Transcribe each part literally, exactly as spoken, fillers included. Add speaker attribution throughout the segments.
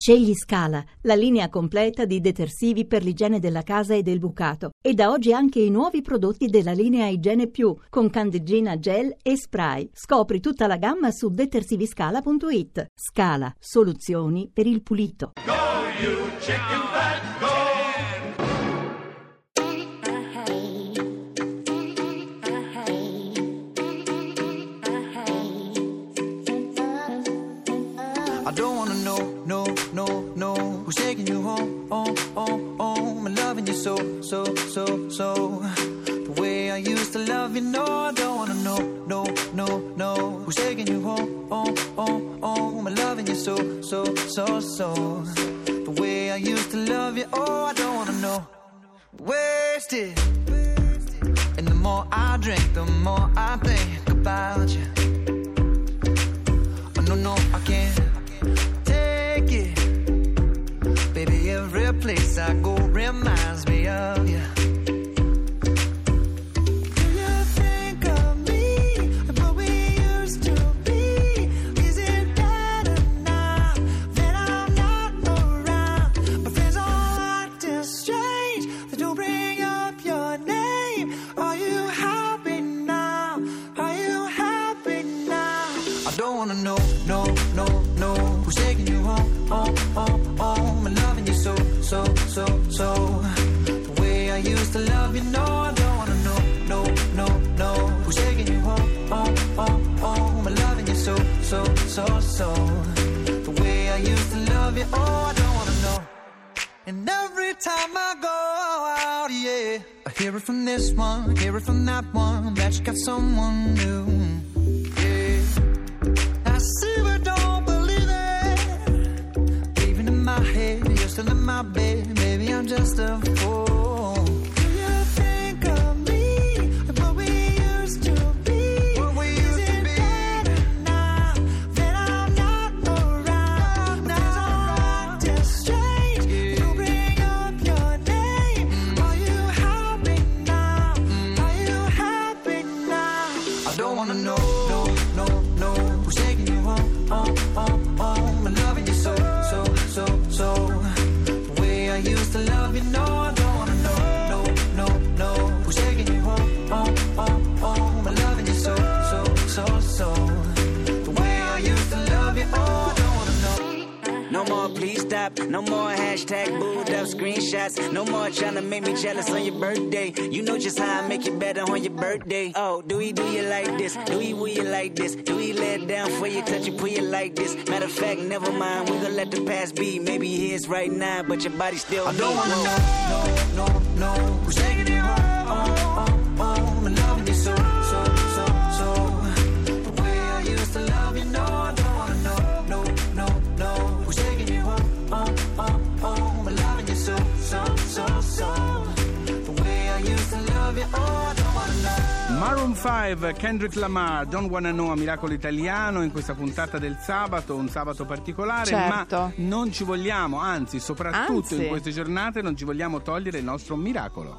Speaker 1: Scegli Scala, la linea completa di detersivi per l'igiene della casa e del bucato. E da oggi anche i nuovi prodotti della linea Igiene Più, con candeggina gel e spray. Scopri tutta la gamma su detersiviscala punto it. Scala, soluzioni per il pulito.
Speaker 2: Go you chicken fat, go!
Speaker 3: I don't wanna know, no, no, no who's taking you home, home, home, home and loving you so, so, so, so the way I used to love you. No, I don't wanna know, no, no, no who's taking you home, home, home, home and loving you so, so, so, so the way I used to love you. Oh, I don't wanna know. Wasted. And the more I drink, the more I think about you. Oh, no, no, I can't take it. Baby, every place I go reminds me of you. Do you think of me and what we used to be? Is it better now that I'm not around? My friends all acting strange. They don't bring up your name. Are you happy now? Are you happy now? I don't wanna know, no, no, no who's taking you home, home, home, home and loving you so, so, so, so the way I used to love you. No, I don't wanna know, no, no, no who's taking you home, home, home, home and loving you so, so, so, so the way I used to love you. Oh, I don't wanna know. And every time I go out, yeah, I hear it from this one, hear it from that one, that you got someone new. Yeah, I see but don't believe it. Even in my head, you're still in my bed. Maybe I'm just a fool. Do you think of me and what we used to be? What we used Is to it be? Better now that I'm not around? Now I'm acting strange. Yeah. You bring up your name. Mm. Are you happy now? Mm. Are you happy now? I don't wanna know, no, no, no who's taking you home, home, home, home and loving you so, so, so, so the way I used to love you. No, I don't wanna know, no, no, no who's taking you home, home, home, home and loving you so, so, so, so the way I used to love you. Oh, I don't wanna know.
Speaker 4: No more please stop, no more hashtag booed up screenshots. No more trying to make me jealous on your birthday. You know just how I make you better on your birthday. Oh, do we do you like this? Do we will you like this? Do we let down for you, touch you, put you like this? Matter of fact, never mind, we gon' let the past be. Maybe here's right now, but your body still
Speaker 3: I don't
Speaker 4: me.
Speaker 3: wanna know, no, no, no who's taking you home, home, home, home and loving you so, so, so, so the way I used to love you. No, I don't wanna know, no, no, no who's taking you home, home, home, home and loving you so, so, so, so the way I used to love you. Oh, I don't wanna know.
Speaker 5: Maroon five, Kendrick Lamar, Don't Wanna Know a Miracolo Italiano in questa puntata del sabato, un sabato particolare,
Speaker 6: Certo.
Speaker 5: ma non ci vogliamo, anzi soprattutto
Speaker 6: Anzi.
Speaker 5: in queste giornate non ci vogliamo togliere il nostro miracolo.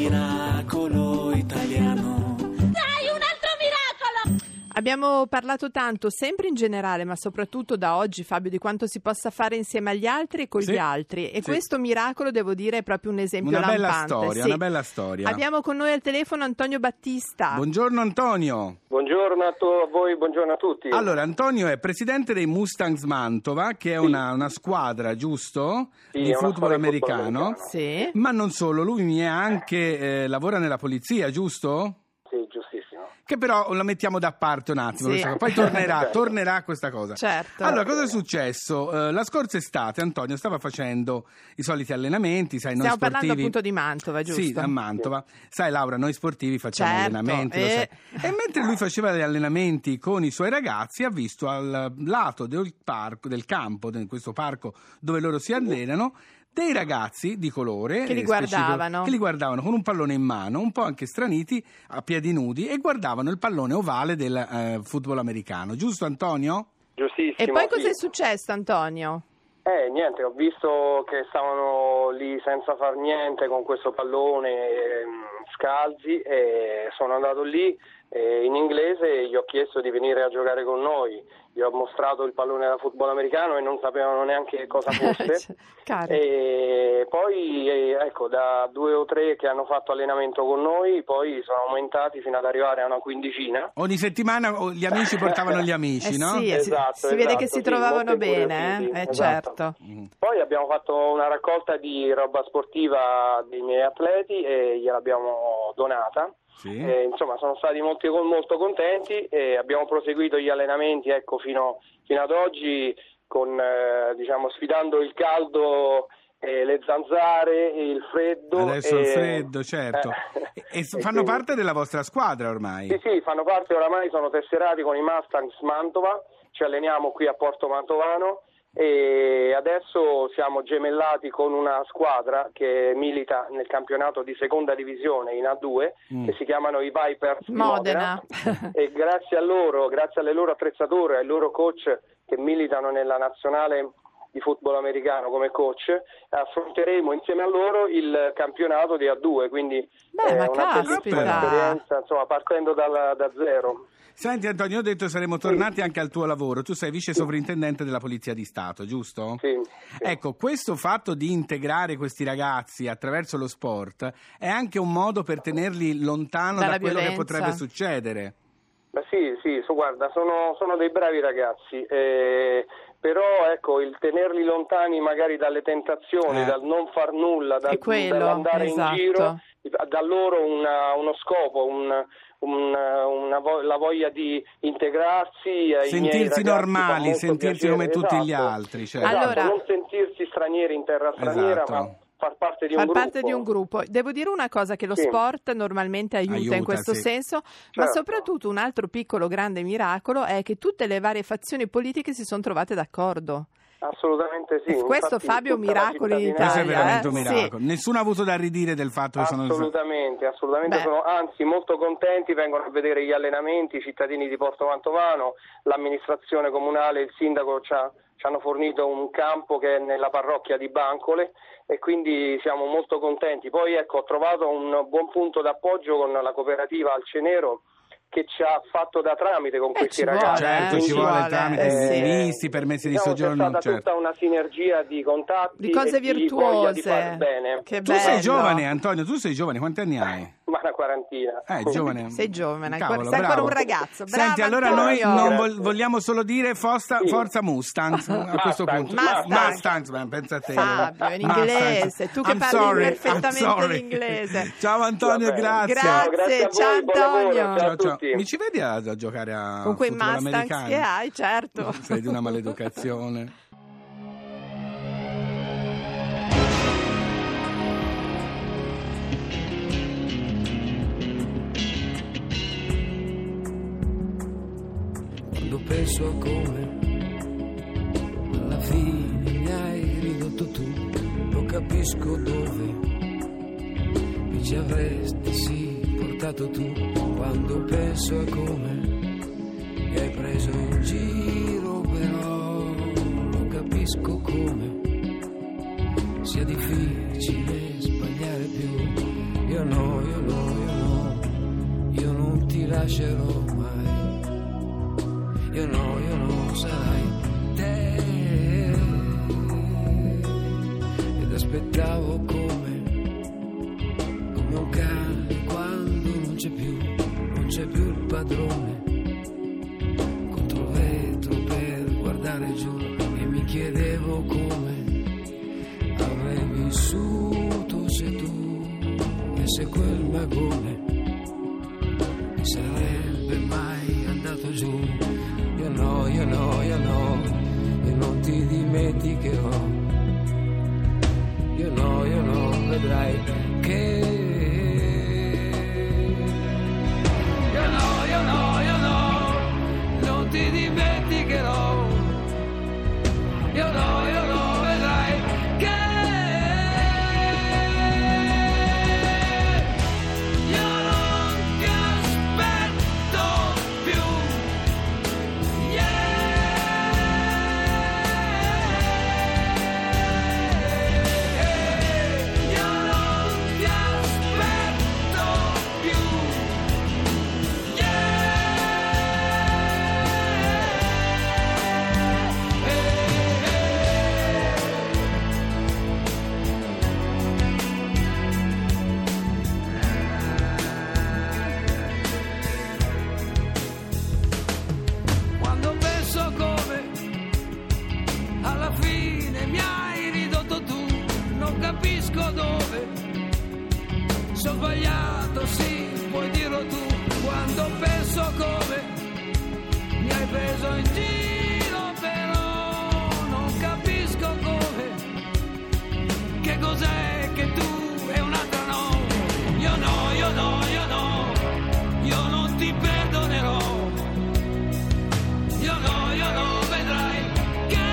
Speaker 4: Miracolo italiano.
Speaker 7: Dai, un altro miracolo!
Speaker 6: Abbiamo parlato tanto, sempre in generale, ma soprattutto da oggi, Fabio, di quanto si possa fare insieme agli altri e con
Speaker 5: Sì,
Speaker 6: gli altri. E
Speaker 5: sì.
Speaker 6: questo miracolo, devo dire, è proprio un esempio
Speaker 5: Una bella
Speaker 6: lampante.
Speaker 5: storia,
Speaker 6: Sì.
Speaker 5: una bella storia.
Speaker 6: Abbiamo con noi al telefono Antonio Battista.
Speaker 5: Buongiorno Antonio.
Speaker 8: Buongiorno a, to- a voi, buongiorno a tutti.
Speaker 5: Allora, Antonio è presidente dei Mustangs Mantova, che è
Speaker 8: Sì.
Speaker 5: una, una squadra, giusto?
Speaker 8: Sì,
Speaker 5: di
Speaker 8: è una
Speaker 5: football
Speaker 8: squadra di football
Speaker 5: americano.
Speaker 8: americano.
Speaker 6: Sì.
Speaker 5: Ma non solo, lui è anche eh, lavora nella polizia, giusto?
Speaker 8: Sì, giustissimo.
Speaker 5: Che però la mettiamo da parte un attimo,
Speaker 6: Sì.
Speaker 5: questa cosa. Poi tornerà,
Speaker 8: Certo.
Speaker 5: tornerà questa cosa.
Speaker 6: Certo.
Speaker 5: Allora, cosa è successo? Eh, la scorsa estate Antonio stava facendo i soliti allenamenti, sai, noi
Speaker 6: Stiamo
Speaker 5: sportivi...
Speaker 6: parlando appunto di Mantova, giusto?
Speaker 5: Sì, a Mantova. Sai Laura, noi sportivi facciamo
Speaker 6: Certo,
Speaker 5: allenamenti, lo
Speaker 6: e-
Speaker 5: sai. E mentre lui faceva gli allenamenti con i suoi ragazzi, ha visto al lato del parco, del campo, in questo parco dove loro si allenano, dei ragazzi di colore
Speaker 6: Che li
Speaker 5: eh, specifico-
Speaker 6: guardavano.
Speaker 5: che li guardavano con un pallone in mano, un po' anche straniti, a piedi nudi, e guardavano il pallone ovale del eh, football americano, giusto Antonio?
Speaker 8: Giustissimo.
Speaker 6: E poi
Speaker 8: sì.
Speaker 6: cosa è successo, Antonio?
Speaker 8: Eh, niente, ho visto che stavano lì senza far niente con questo pallone ehm, scalzi e sono andato lì eh, in inglese, gli ho chiesto di venire a giocare con noi, gli ho mostrato il pallone da football americano e non sapevano neanche cosa fosse. E poi eh, ecco, da due o tre che hanno fatto allenamento con noi, poi sono aumentati fino ad arrivare a una quindicina.
Speaker 5: Ogni settimana gli amici portavano gli amici,
Speaker 6: eh
Speaker 5: no?
Speaker 6: Sì,
Speaker 8: esatto,
Speaker 6: si, si vede
Speaker 8: esatto,
Speaker 6: che si
Speaker 8: sì,
Speaker 6: trovavano
Speaker 8: molto
Speaker 6: bene, eh?
Speaker 8: incuriositi,
Speaker 6: Eh,
Speaker 8: esatto.
Speaker 6: certo.
Speaker 8: Poi abbiamo fatto una raccolta di roba sportiva dei miei atleti e gliel'abbiamo donata.
Speaker 5: Sì.
Speaker 8: Eh, insomma, sono stati molti, molto contenti e abbiamo proseguito gli allenamenti, ecco, fino, fino ad oggi, con eh, diciamo sfidando il caldo, eh, le zanzare, il freddo.
Speaker 5: Adesso
Speaker 8: e...
Speaker 5: il freddo, certo.
Speaker 8: Eh,
Speaker 5: e, e fanno
Speaker 8: quindi...
Speaker 5: parte della vostra squadra ormai?
Speaker 8: Sì, sì, fanno parte, oramai sono tesserati con i Mustangs Mantova, ci alleniamo qui a Porto Mantovano e adesso siamo gemellati con una squadra che milita nel campionato di seconda divisione in A due, mm. che si chiamano i Vipers di
Speaker 6: Modena.
Speaker 8: Modena. E grazie a loro, grazie alle loro attrezzature, ai loro coach che militano nella nazionale di football americano come coach, affronteremo insieme a loro il campionato di A due, quindi
Speaker 6: Beh,
Speaker 8: è
Speaker 6: ma
Speaker 8: una
Speaker 6: caspita.
Speaker 8: bellissima esperienza, insomma, partendo dalla, da zero.
Speaker 5: Senti Antonio, ho detto saremmo tornati anche al tuo lavoro, tu sei vice sovrintendente della Polizia di Stato, giusto?
Speaker 8: Sì, sì.
Speaker 5: Ecco, questo fatto di integrare questi ragazzi attraverso lo sport è anche un modo per tenerli lontano
Speaker 6: Dalla
Speaker 5: da quello
Speaker 6: violenza.
Speaker 5: che potrebbe succedere.
Speaker 8: Beh, sì, sì, so, guarda, sono, sono dei bravi ragazzi, eh, però ecco, il tenerli lontani magari dalle tentazioni,
Speaker 5: Eh.
Speaker 8: dal non far nulla, dal,
Speaker 6: È quello,
Speaker 8: dall'andare
Speaker 6: esatto.
Speaker 8: in giro, da loro una- uno scopo, un, un- una vo- la voglia di integrarsi. ai miei
Speaker 5: Sentirsi
Speaker 8: ragazzi fa
Speaker 5: normali,
Speaker 8: molto
Speaker 5: sentirsi
Speaker 8: piacere,
Speaker 5: come tutti
Speaker 8: esatto.
Speaker 5: gli altri. Certo.
Speaker 8: Esatto,
Speaker 6: Allora-
Speaker 8: non sentirsi stranieri in terra straniera,
Speaker 5: Esatto.
Speaker 8: ma far parte di un
Speaker 6: Far
Speaker 8: gruppo.
Speaker 6: parte di un gruppo. Devo dire una cosa, che lo
Speaker 8: Sì.
Speaker 6: sport normalmente aiuta,
Speaker 5: Aiuta,
Speaker 6: in questo
Speaker 5: sì.
Speaker 6: senso, ma
Speaker 8: Certo.
Speaker 6: soprattutto un altro piccolo grande miracolo è che tutte le varie fazioni politiche si sono trovate d'accordo.
Speaker 8: Assolutamente sì.
Speaker 6: Questo,
Speaker 8: Infatti,
Speaker 6: Fabio,
Speaker 8: tutta la
Speaker 6: miracoli in
Speaker 8: cittadinanza-
Speaker 5: Questo è
Speaker 6: Italia,
Speaker 5: veramente un
Speaker 6: eh?
Speaker 5: miracolo. Nessuno ha avuto da ridire del fatto che sono...
Speaker 8: Assolutamente, assolutamente
Speaker 6: Beh.
Speaker 8: sono anzi molto contenti, vengono a vedere gli allenamenti, i cittadini di Porto Mantovano, l'amministrazione comunale, il sindaco ci, ha, ci hanno fornito un campo che è nella parrocchia di Bancole e quindi siamo molto contenti. Poi ecco, ho trovato un buon punto d'appoggio con la cooperativa Alcenero che ci ha fatto da tramite con
Speaker 6: Eh,
Speaker 8: questi
Speaker 6: ci vuole,
Speaker 8: ragazzi.
Speaker 5: Certo,
Speaker 6: eh,
Speaker 5: ci
Speaker 6: ci
Speaker 5: vuole
Speaker 6: vuole,
Speaker 5: il tramite,
Speaker 6: eh,
Speaker 5: i
Speaker 6: sì.
Speaker 5: visti, permessi di
Speaker 8: Diciamo,
Speaker 5: soggiorno.
Speaker 8: c'è stata
Speaker 5: certo.
Speaker 8: tutta una sinergia di contatti
Speaker 6: Di cose
Speaker 8: e di voglia di fare
Speaker 6: virtuose.
Speaker 8: bene.
Speaker 6: Che
Speaker 5: Tu sei
Speaker 6: bello.
Speaker 5: giovane, Antonio, tu sei giovane, quanti anni hai?
Speaker 8: Ma una quarantina.
Speaker 5: Eh, giovane.
Speaker 6: Sei giovane,
Speaker 5: Cavolo,
Speaker 6: ancora- sei ancora
Speaker 5: bravo.
Speaker 6: un ragazzo. Bravo,
Speaker 5: Senti, allora noi
Speaker 6: Antonio.
Speaker 5: non vol- vogliamo solo dire forza,
Speaker 8: Sì.
Speaker 5: forza Mustangs a questo
Speaker 8: Mustangs,
Speaker 5: punto.
Speaker 6: Mustangs.
Speaker 5: Mustangs, ma pensa a te.
Speaker 6: Fabio, in
Speaker 5: Mustangs.
Speaker 6: inglese, tu che
Speaker 5: I'm
Speaker 6: parli
Speaker 5: sorry,
Speaker 6: perfettamente
Speaker 5: I'm sorry.
Speaker 6: l'inglese.
Speaker 5: Ciao Antonio,
Speaker 8: Va bene.
Speaker 5: grazie.
Speaker 6: Grazie,
Speaker 8: Grazie a voi,
Speaker 6: ciao
Speaker 8: buon lavoro,
Speaker 6: Antonio.
Speaker 8: ciao.
Speaker 5: Ciao, ciao.
Speaker 8: tutti.
Speaker 5: Mi ci vedi a, a giocare a
Speaker 6: Con quei
Speaker 5: football
Speaker 6: Mustangs
Speaker 5: americano?
Speaker 6: che hai, certo.
Speaker 5: Sei di una maleducazione.
Speaker 9: Quando penso a come alla fine mi hai ridotto tu, lo capisco dove mi ci avresti sì portato tu. Quando penso a come mi hai preso in giro, però lo capisco come sia difficile sbagliare più. Io no, io no, io no, io non ti lascerò mai. Io no, io no, sarai te. Ed aspettavo come, come un cane quando non c'è più, non c'è più il padrone. Contro vetro per guardare giù e mi chiedevo come avrei vissuto se tu e se quel magone mi sarebbe mai andato giù. Io no, io no, io no, io non ti dimenticherò. Io no, io no, vedrai che io no, io no, io no, non ti dimenticherò. Io no, io no, vedrai che io non ti aspetto più. Yeah. dirlo sì, puoi dirlo tu, quando penso come mi hai preso in giro, però non capisco come, che cos'è che tu e un'altra no, io no, io no, io no, io non ti perdonerò, io no, io no, vedrai che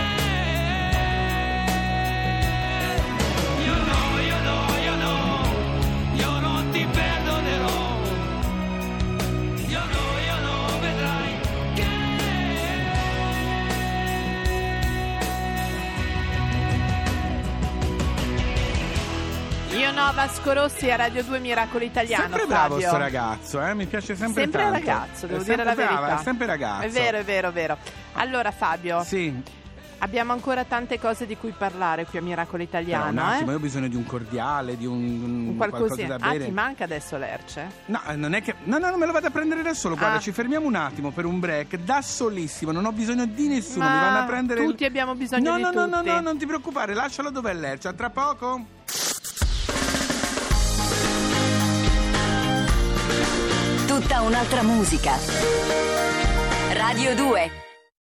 Speaker 9: io no, io no, io no, io non ti perdonerò, io no, io no, vedrai che
Speaker 6: Io no, Vasco Rossi a Radio due Miracolo Italiano.
Speaker 5: Sempre bravo
Speaker 6: Fabio.
Speaker 5: sto ragazzo, eh? Mi piace sempre,
Speaker 6: Sempre
Speaker 5: tanto.
Speaker 6: ragazzo, devo
Speaker 5: È
Speaker 6: dire
Speaker 5: sempre
Speaker 6: la
Speaker 5: brava,
Speaker 6: verità.
Speaker 5: È sempre ragazzo.
Speaker 6: È vero, è vero, è vero. Allora Fabio,
Speaker 5: Sì.
Speaker 6: abbiamo ancora tante cose di cui parlare qui a Miracolo
Speaker 5: Però
Speaker 6: Italiano.
Speaker 5: un attimo,
Speaker 6: eh?
Speaker 5: io ho bisogno di un cordiale, di un, un
Speaker 6: Un
Speaker 5: qualcosa
Speaker 6: qualcosina.
Speaker 5: da
Speaker 6: Ah,
Speaker 5: bere.
Speaker 6: ti manca adesso l'Erce?
Speaker 5: No, eh, non è che. No, no, no, me lo vado a prendere da solo. Guarda,
Speaker 6: Ah.
Speaker 5: ci fermiamo un attimo per un break. Da solissimo, non ho bisogno di nessuno.
Speaker 6: Ma
Speaker 5: Mi vanno a prendere.
Speaker 6: tutti
Speaker 5: il...
Speaker 6: abbiamo bisogno
Speaker 5: no,
Speaker 6: di
Speaker 5: no, no, no,
Speaker 6: tutti.
Speaker 5: no, non ti preoccupare, lascialo dov'è l'Erce. A tra poco.
Speaker 10: Tutta un'altra musica. Radio due.